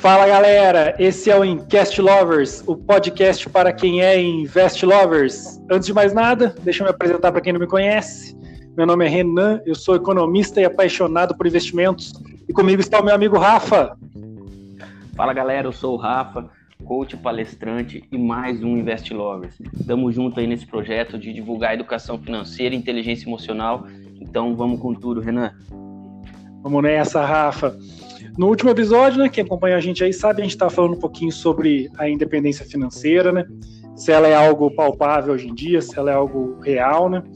Fala galera, esse é o Invest Lovers, o podcast para quem é Invest Lovers. Antes de mais nada, deixa eu me apresentar para quem não me conhece. Meu nome é Renan, eu sou economista e apaixonado por investimentos. E comigo está o meu amigo Rafa. Fala galera, eu sou o Rafa, coach, palestrante e mais um Invest Lovers. Estamos juntos aí nesse projeto de divulgar educação financeira e inteligência emocional. Então vamos com tudo, Renan. Vamos nessa, Rafa. No último episódio, né, quem acompanha a gente aí sabe, a gente estava falando um pouquinho sobre a independência financeira, né? Se ela é algo palpável hoje em dia, se ela é algo real, né?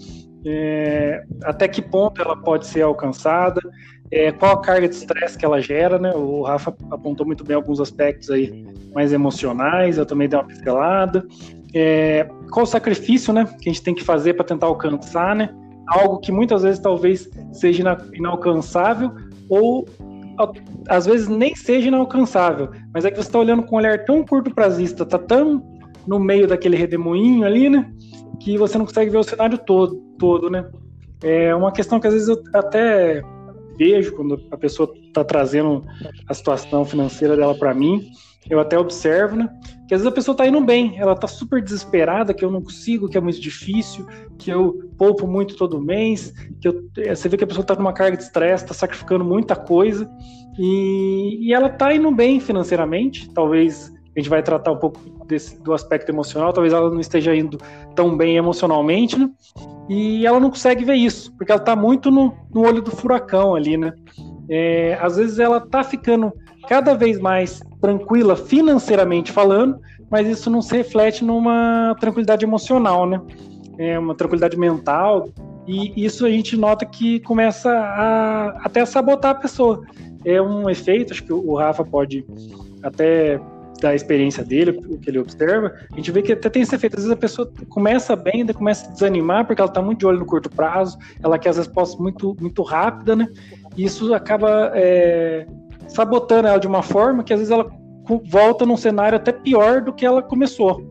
Até que ponto ela pode ser alcançada, qual a carga de estresse que ela gera, né? O Rafa apontou muito bem alguns aspectos aí mais emocionais, eu também dei uma pincelada. Qual o sacrifício, né, que a gente tem que fazer para tentar alcançar, né? Algo que muitas vezes talvez seja inalcançável ou às vezes nem seja inalcançável, mas é que você está olhando com um olhar tão curto prazista, tá tão no meio daquele redemoinho ali, né, que você não consegue ver o cenário todo, né? É uma questão que às vezes eu até vejo quando a pessoa está trazendo a situação financeira dela para mim, eu até observo, né, que às vezes a pessoa está indo bem, ela está super desesperada, que eu não consigo, que é muito difícil, que eu poupo muito todo mês, você vê que a pessoa está numa carga de estresse, está sacrificando muita coisa, e ela está indo bem financeiramente, talvez a gente vai tratar um pouco do aspecto emocional, talvez ela não esteja indo tão bem emocionalmente, né, e ela não consegue ver isso, porque ela está muito no olho do furacão ali, né. Às vezes ela está ficando cada vez mais tranquila financeiramente falando, mas isso não se reflete numa tranquilidade emocional, né? Uma tranquilidade mental, e isso a gente nota que começa até a sabotar a pessoa. É um efeito, acho que o Rafa pode até da experiência dele, o que ele observa, a gente vê que até tem esse efeito. Às vezes a pessoa começa bem, daí começa a desanimar, porque ela está muito de olho no curto prazo, ela quer as respostas muito, muito rápidas, né? E isso acaba sabotando ela de uma forma que às vezes ela volta num cenário até pior do que ela começou.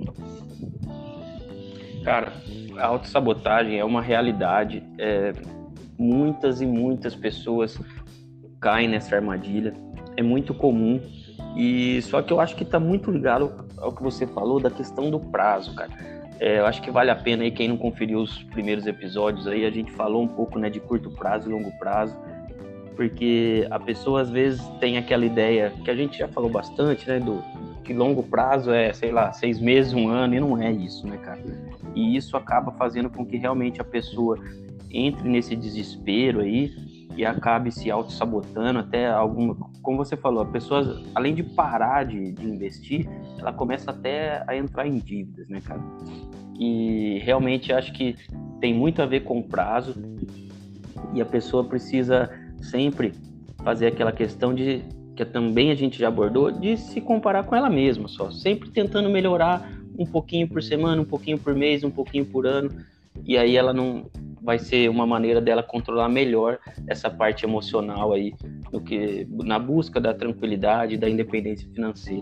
Cara, a autossabotagem é uma realidade. Muitas e muitas pessoas caem nessa armadilha. É muito comum. E só que eu acho que está muito ligado ao que você falou da questão do prazo, cara. Eu acho que vale a pena aí, quem não conferiu os primeiros episódios aí, a gente falou um pouco, né, de curto prazo e longo prazo, porque a pessoa às vezes tem aquela ideia, que a gente já falou bastante, né, que longo prazo é, 6 meses, 1 ano, e não é isso, né, cara? E isso acaba fazendo com que realmente a pessoa entre nesse desespero aí e acabe se auto-sabotando até alguma... Como você falou, a pessoa, além de parar de investir, ela começa até a entrar em dívidas, né, cara? E realmente acho que tem muito a ver com o prazo, e a pessoa precisa sempre fazer aquela questão de, que também a gente já abordou, de se comparar com ela mesma só, sempre tentando melhorar um pouquinho por semana, um pouquinho por mês, um pouquinho por ano, e aí ela não vai ser uma maneira dela controlar melhor essa parte emocional aí, na busca da tranquilidade, da independência financeira.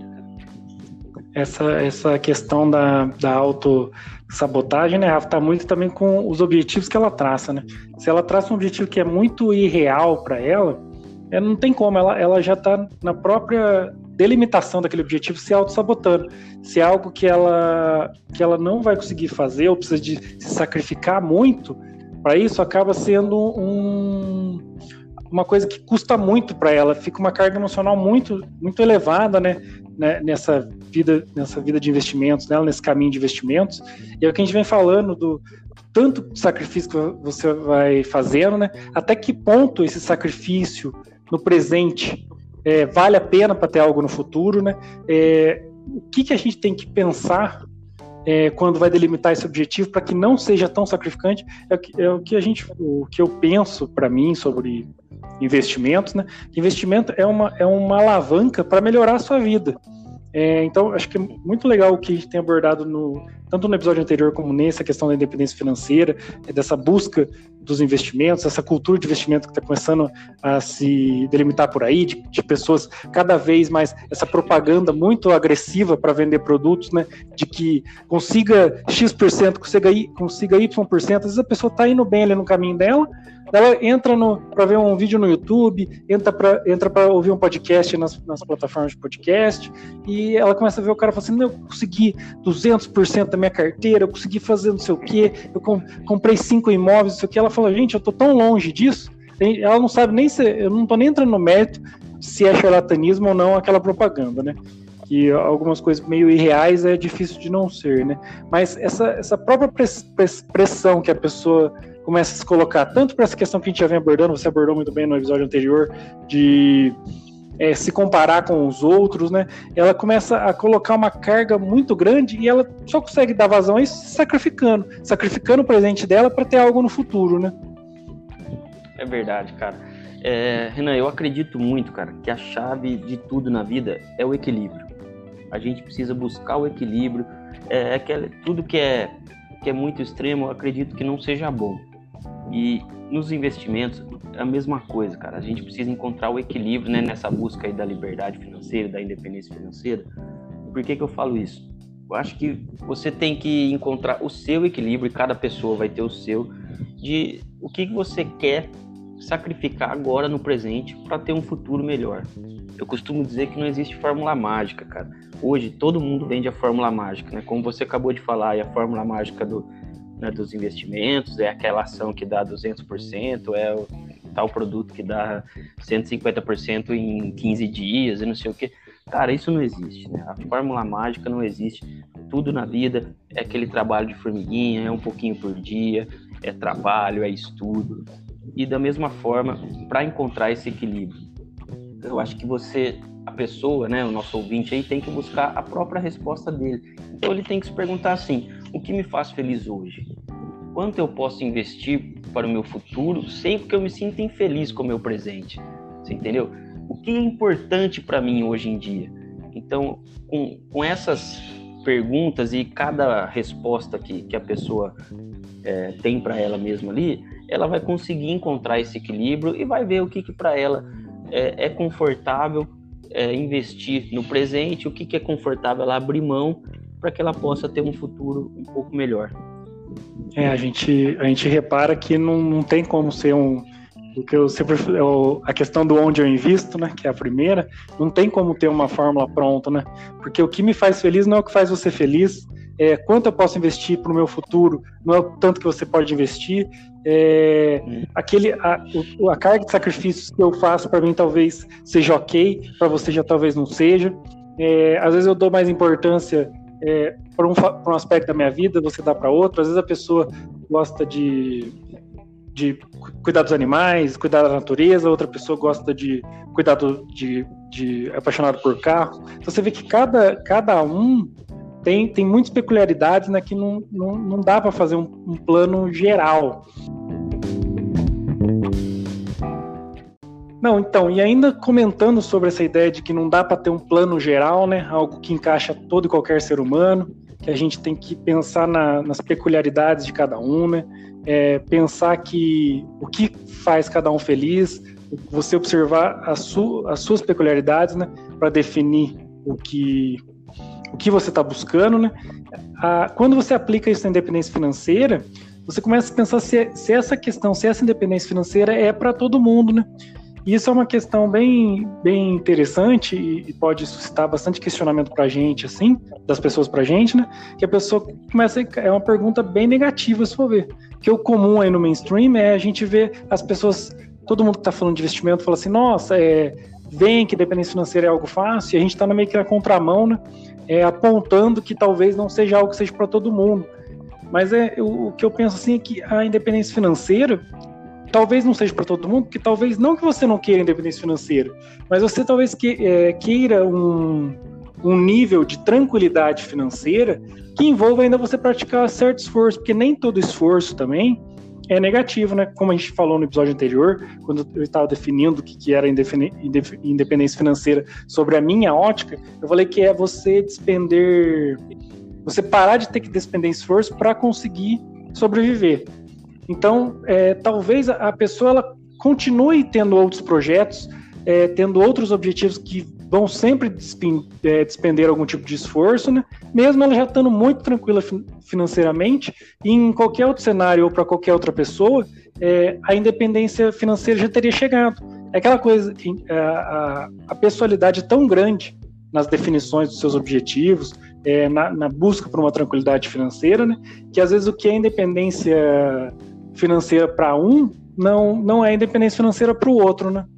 Essa questão da autossabotagem, né, Rafa, tá muito também com os objetivos que ela traça, né? Se ela traça um objetivo que é muito irreal para ela, não tem como, ela já está na própria delimitação daquele objetivo se auto-sabotando. Se é algo que ela não vai conseguir fazer ou precisa de se sacrificar muito, para isso acaba sendo uma coisa que custa muito para ela, fica uma carga emocional muito, muito elevada, né, nessa vida de investimentos, né, nesse caminho de investimentos. E é o que a gente vem falando do tanto sacrifício que você vai fazendo, né, até que ponto esse sacrifício no presente vale a pena para ter algo no futuro, né? O que a gente tem que pensar quando vai delimitar esse objetivo para que não seja tão sacrificante? O que eu penso para mim sobre investimentos, né? Investimento é uma alavanca para melhorar a sua vida. Então, acho que é muito legal o que a gente tem abordado tanto no episódio anterior como nesse, a questão da independência financeira, dessa busca dos investimentos, essa cultura de investimento que está começando a se delimitar por aí, de pessoas cada vez mais, essa propaganda muito agressiva para vender produtos, né, de que consiga X%, consiga Y%, às vezes a pessoa está indo bem ali no caminho dela, Ela entra para ver um vídeo no YouTube, entra para ouvir um podcast nas plataformas de podcast, e ela começa a ver o cara falando assim, eu consegui 200% da minha carteira, eu consegui fazer não sei o quê, eu comprei 5 imóveis, não sei o quê. Ela fala, gente, eu tô tão longe disso, ela não sabe nem se, eu não tô nem entrando no mérito se é charlatanismo ou não aquela propaganda, né? Que algumas coisas meio irreais é difícil de não ser, né? Mas essa própria pressão que a pessoa começa a se colocar, tanto para essa questão que a gente já vem abordando, você abordou muito bem no episódio anterior, de se comparar com os outros, né? Ela começa a colocar uma carga muito grande e ela só consegue dar vazão a isso sacrificando o presente dela para ter algo no futuro, né? É verdade, cara. Renan, eu acredito muito, cara, que a chave de tudo na vida é o equilíbrio. A gente precisa buscar o equilíbrio. Tudo que é muito extremo, eu acredito que não seja bom. E nos investimentos, é a mesma coisa, cara. A gente precisa encontrar o equilíbrio, né, nessa busca aí da liberdade financeira, da independência financeira. Por que eu falo isso? Eu acho que você tem que encontrar o seu equilíbrio, e cada pessoa vai ter o seu, de o que você quer sacrificar agora no presente para ter um futuro melhor. Eu costumo dizer que não existe fórmula mágica, cara. Hoje todo mundo vende a fórmula mágica, né? Como você acabou de falar, e a fórmula mágica dos investimentos é aquela ação que dá 200%, é o tal produto que dá 150% em 15 dias e não sei o que. Cara, isso não existe, né? A fórmula mágica não existe. Tudo na vida é aquele trabalho de formiguinha, é um pouquinho por dia, é trabalho, é estudo. E da mesma forma, para encontrar esse equilíbrio, eu acho que a pessoa, né, o nosso ouvinte aí, tem que buscar a própria resposta dele. Então ele tem que se perguntar assim, o que me faz feliz hoje? Quanto eu posso investir para o meu futuro sem que eu me sinta infeliz com o meu presente? Você entendeu? O que é importante para mim hoje em dia? Então, com essas perguntas e cada resposta que a pessoa tem para ela mesma ali, ela vai conseguir encontrar esse equilíbrio e vai ver o que para ela é confortável investir no presente, o que é confortável ela abrir mão para que ela possa ter um futuro um pouco melhor. A gente repara que não tem como ser a questão do onde eu invisto, né, que é a primeira, não tem como ter uma fórmula pronta, né, porque o que me faz feliz não é o que faz você feliz, quanto eu posso investir para o meu futuro, não é o tanto que você pode investir, a carga de sacrifícios que eu faço para mim talvez seja ok, para você já talvez não seja, às vezes eu dou mais importância para um aspecto da minha vida, você dá para outro, às vezes a pessoa gosta de cuidar dos animais, cuidar da natureza, outra pessoa gosta de cuidar de apaixonado por carro. Então você vê que cada um tem muitas peculiaridades, né, que não dá para fazer um plano geral. Não, então, e ainda comentando sobre essa ideia de que não dá para ter um plano geral, né, algo que encaixa todo e qualquer ser humano, que a gente tem que pensar nas peculiaridades de cada um, né, pensar que o que faz cada um feliz, você observar as suas peculiaridades, né, para definir o que você está buscando, né. Quando você aplica isso na independência financeira, você começa a pensar se essa independência financeira é para todo mundo, né. E isso é uma questão bem, bem interessante e pode suscitar bastante questionamento para a gente, assim, das pessoas para a gente, né? Que a pessoa começa, é uma pergunta bem negativa, se for ver. Porque o comum aí no mainstream é a gente ver as pessoas, todo mundo que está falando de investimento fala assim, nossa, vem que dependência financeira é algo fácil, e a gente está meio que na contramão, né? Apontando que talvez não seja algo que seja para todo mundo. Mas o que eu penso assim é que a independência financeira talvez não seja para todo mundo, porque talvez não que você não queira independência financeira, mas você talvez queira um nível de tranquilidade financeira que envolva ainda você praticar certo esforço, porque nem todo esforço também é negativo, né? Como a gente falou no episódio anterior, quando eu estava definindo o que era independência financeira sobre a minha ótica, eu falei que é você parar de ter que despender esforço para conseguir sobreviver. Então, talvez a pessoa ela continue tendo outros projetos, tendo outros objetivos que vão sempre despender algum tipo de esforço, né? Mesmo ela já estando muito tranquila financeiramente, e em qualquer outro cenário ou para qualquer outra pessoa, a independência financeira já teria chegado. É aquela coisa que a pessoalidade é tão grande nas definições dos seus objetivos, na busca por uma tranquilidade financeira, né? Que às vezes o que é independência financeira para um não é independência financeira para o outro, né?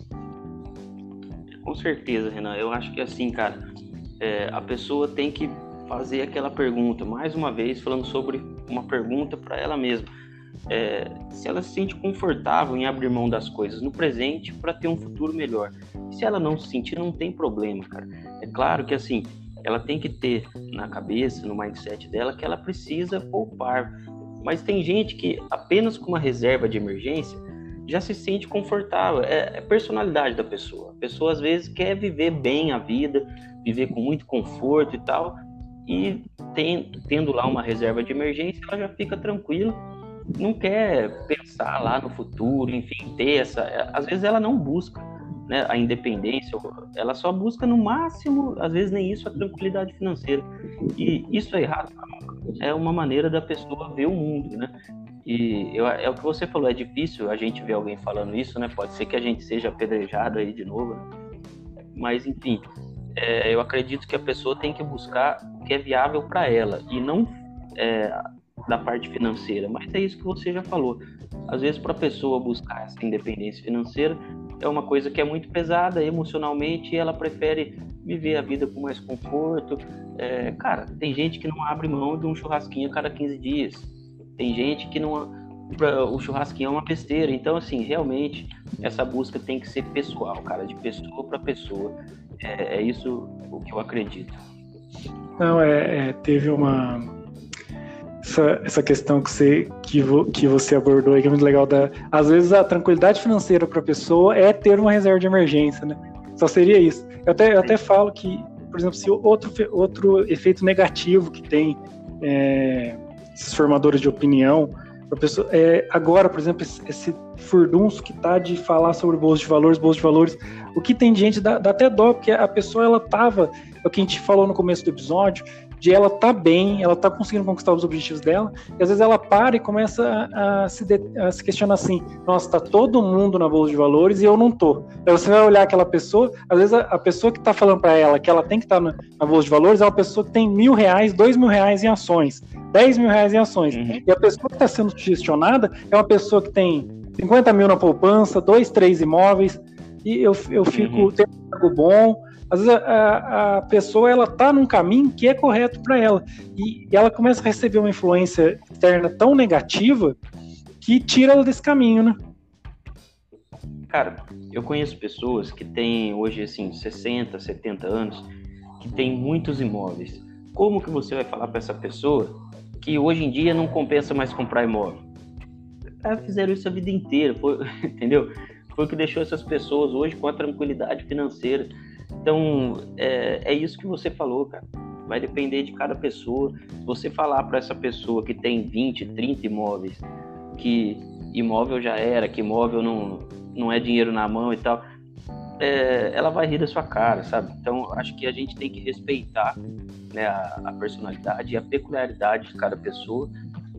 Com certeza, Renan. Eu acho que assim, cara, a pessoa tem que fazer aquela pergunta, mais uma vez, falando sobre uma pergunta para ela mesma. Se ela se sente confortável em abrir mão das coisas no presente para ter um futuro melhor. Se ela não se sentir, não tem problema, cara. É claro que assim, ela tem que ter na cabeça, no mindset dela, que ela precisa poupar. Mas tem gente que apenas com uma reserva de emergência já se sente confortável. É personalidade da pessoa. A pessoa às vezes quer viver bem a vida, viver com muito conforto e tal, e tendo lá uma reserva de emergência, ela já fica tranquila, não quer pensar lá no futuro, enfim, ter às vezes ela não busca, né, a independência, ela só busca no máximo, às vezes nem isso, a tranquilidade financeira. E isso é errado, é uma maneira da pessoa ver o mundo, né? E é o que você falou, é difícil a gente ver alguém falando isso, né? Pode ser que a gente seja apedrejado aí de novo, né? Mas enfim, eu acredito que a pessoa tem que buscar o que é viável para ela, e não da parte financeira, mas é isso que você já falou. Às vezes, para a pessoa buscar essa independência financeira, é uma coisa que é muito pesada emocionalmente, e ela prefere viver a vida com mais conforto. Cara, tem gente que não abre mão de um churrasquinho a cada 15 dias. Tem gente que o churrasquinho é uma besteira. Então, assim, realmente, essa busca tem que ser pessoal, cara, de pessoa para pessoa. É isso o que eu acredito. Não, teve essa questão que você abordou aí, que é muito legal. Às vezes a tranquilidade financeira para a pessoa é ter uma reserva de emergência, né? Só seria isso. Eu até falo que, por exemplo, se outro efeito negativo que tem esses formadores de opinião, a pessoa, agora, por exemplo, esse furdunço que tá de falar sobre bolsa de valores, o que tem de gente dá até dó, porque a pessoa, ela tava, é o que a gente falou no começo do episódio, de ela tá bem, ela tá conseguindo conquistar os objetivos dela, e às vezes ela para e começa a se questionar assim: nossa, tá todo mundo na bolsa de valores e eu não tô. Aí você vai olhar aquela pessoa, às vezes a pessoa que tá falando para ela que ela tem que estar na bolsa de valores é uma pessoa que tem R$1.000, R$2.000 em ações, R$10.000 em ações. Uhum. E a pessoa que está sendo sugestionada é uma pessoa que tem 50 mil na poupança, 2, 3 imóveis, e eu fico tendo um cargo bom. Às vezes a pessoa, ela tá num caminho que é correto para ela, e ela começa a receber uma influência externa tão negativa que tira ela desse caminho, né? Cara, eu conheço pessoas que têm hoje, assim, 60, 70 anos, que têm muitos imóveis. Como que você vai falar para essa pessoa que hoje em dia não compensa mais comprar imóvel? Fizeram isso a vida inteira, entendeu? Foi o que deixou essas pessoas hoje com a tranquilidade financeira. Então, é isso que você falou, cara. Vai depender de cada pessoa. Se você falar para essa pessoa que tem 20, 30 imóveis, que imóvel já era, que imóvel não é dinheiro na mão e tal, ela vai rir da sua cara, sabe? Então, acho que a gente tem que respeitar, né, a personalidade e a peculiaridade de cada pessoa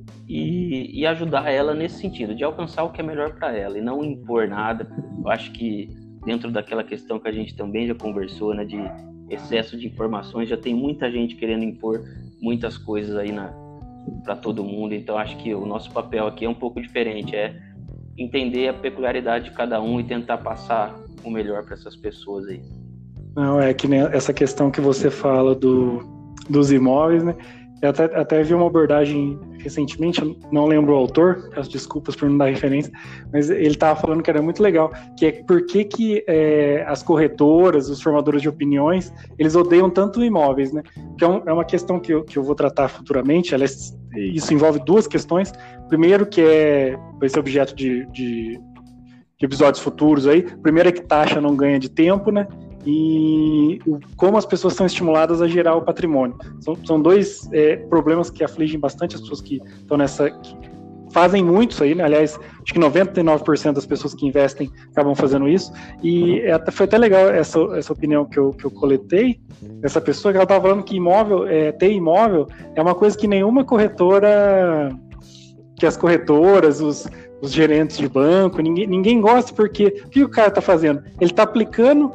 e ajudar ela nesse sentido, de alcançar o que é melhor para ela e não impor nada. Eu acho que dentro daquela questão que a gente também já conversou, né, de excesso de informações, já tem muita gente querendo impor muitas coisas aí para todo mundo. Então acho que o nosso papel aqui é um pouco diferente, é entender a peculiaridade de cada um e tentar passar o melhor para essas pessoas aí. Não, é que nem essa questão que você fala dos imóveis, né? Eu até vi uma abordagem recentemente, eu não lembro o autor, peço desculpas por não dar referência, mas ele estava falando que era muito legal, que é por que as corretoras, os formadores de opiniões, eles odeiam tanto imóveis, né? Que é uma questão que eu vou tratar futuramente. Isso envolve duas questões. Primeiro, que vai ser objeto de episódios futuros aí. Primeiro é que taxa não ganha de tempo, né? E como as pessoas são estimuladas a gerar o patrimônio. São dois problemas que afligem bastante as pessoas que estão fazem muito isso aí, né? Aliás, acho que 99% das pessoas que investem acabam fazendo isso, e foi até legal essa opinião que eu coletei dessa pessoa, que ela estava falando que ter imóvel é uma coisa que nenhuma corretora, que as corretoras, os gerentes de banco, ninguém gosta, porque o que o cara está fazendo? Ele está aplicando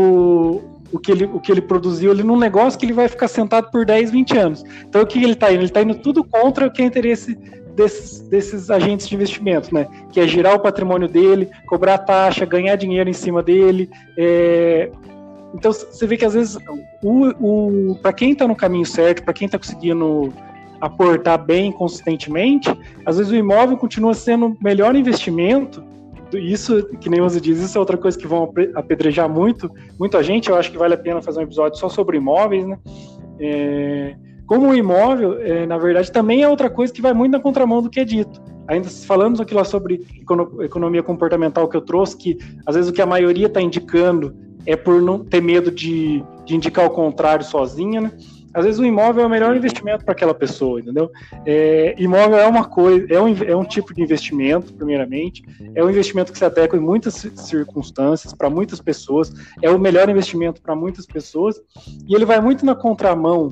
o que ele produziu ali num negócio que ele vai ficar sentado por 10, 20 anos. Então o que ele está indo? Ele está indo tudo contra o que é interesse desses agentes de investimento, né? Que é girar o patrimônio dele, cobrar taxa, ganhar dinheiro em cima dele. Então você vê que às vezes para quem está no caminho certo, para quem está conseguindo aportar bem consistentemente, às vezes o imóvel continua sendo o melhor investimento. Isso, que nem você diz, isso é outra coisa que vão apedrejar muita gente. Eu acho que vale a pena fazer um episódio só sobre imóveis, né? Como o imóvel, na verdade, também é outra coisa que vai muito na contramão do que é dito. Ainda falamos aqui lá sobre economia comportamental que eu trouxe, que às vezes o que a maioria está indicando é por não ter medo de indicar o contrário sozinha, né? Às vezes o imóvel é o melhor investimento para aquela pessoa, entendeu? Imóvel é uma coisa, é um tipo de investimento, primeiramente, é um investimento que se adequa em muitas circunstâncias, para muitas pessoas, é o melhor investimento para muitas pessoas, e ele vai muito na contramão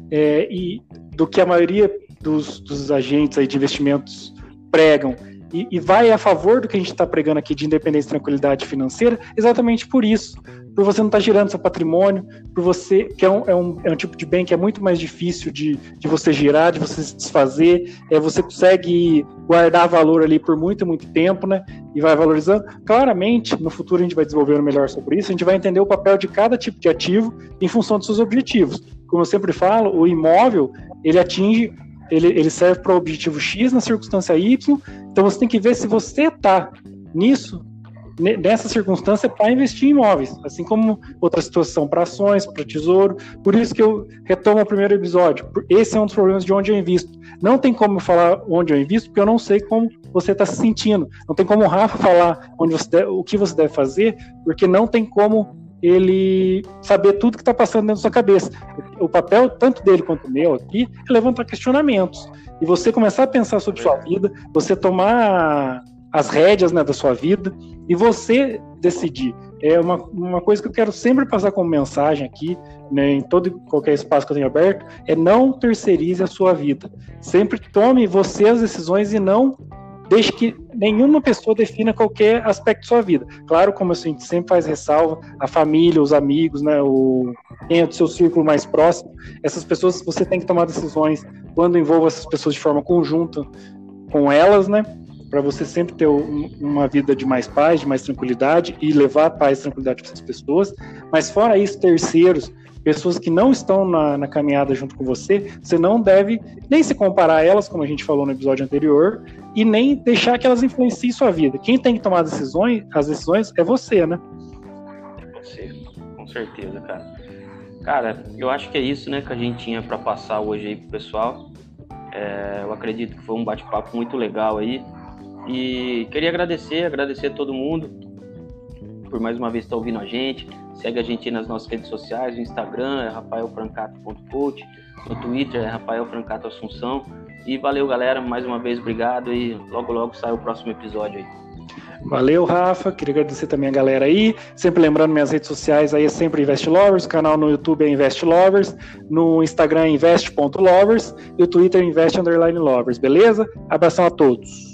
do que a maioria dos agentes aí de investimentos pregam, e vai a favor do que a gente está pregando aqui de independência e tranquilidade financeira, exatamente por isso, por você não estar girando seu patrimônio, por você, que é um tipo de bem que é muito mais difícil de você girar, de você se desfazer, você consegue guardar valor ali por muito, muito tempo, né, e vai valorizando. Claramente, no futuro a gente vai desenvolver melhor sobre isso, a gente vai entender o papel de cada tipo de ativo em função dos seus objetivos. Como eu sempre falo, o imóvel, ele serve para o objetivo X na circunstância Y, então você tem que ver se você está nessa circunstância para investir em imóveis, assim como outra situação para ações, para tesouro. Por isso que eu retomo o primeiro episódio. Esse é um dos problemas de onde eu invisto. Não tem como eu falar onde eu invisto, porque eu não sei como você está se sentindo. Não tem como o Rafa falar o que você deve fazer, porque não tem como ele saber tudo que está passando dentro da sua cabeça. O papel, tanto dele quanto o meu aqui, é levantar questionamentos. E você começar a pensar sobre sua vida, você tomar as rédeas, né, da sua vida, e você decidir. É uma coisa que eu quero sempre passar como mensagem aqui, né, em todo e qualquer espaço que eu tenho aberto, é não terceirize a sua vida. Sempre tome você as decisões e não deixe que nenhuma pessoa defina qualquer aspecto de sua vida. Claro, como a gente sempre faz ressalva, a família, os amigos, né, quem é do seu círculo mais próximo, essas pessoas, você tem que tomar decisões quando envolva essas pessoas de forma conjunta com elas, né, para você sempre ter uma vida de mais paz, de mais tranquilidade e levar paz e tranquilidade para essas pessoas. Mas fora isso, terceiros, pessoas que não estão na caminhada junto com você não deve nem se comparar a elas, como a gente falou no episódio anterior, e nem deixar que elas influenciem sua vida. Quem tem que tomar as decisões é você, né? É você, com certeza, cara. Cara, eu acho que é isso, né, que a gente tinha para passar hoje aí pro pessoal. Eu acredito que foi um bate-papo muito legal aí. E queria agradecer a todo mundo por mais uma vez estar ouvindo a gente. Segue a gente aí nas nossas redes sociais, no Instagram é rafaelfrancato.coach, no Twitter é Rafael Francato Assunção. E valeu, galera, mais uma vez, obrigado, e logo sai o próximo episódio aí. Valeu, Rafa, queria agradecer também a galera aí, sempre lembrando, minhas redes sociais aí é sempre Invest Lovers, o canal no YouTube é Invest Lovers, no Instagram é invest.lovers e o Twitter é invest_lovers, beleza? Abração a todos.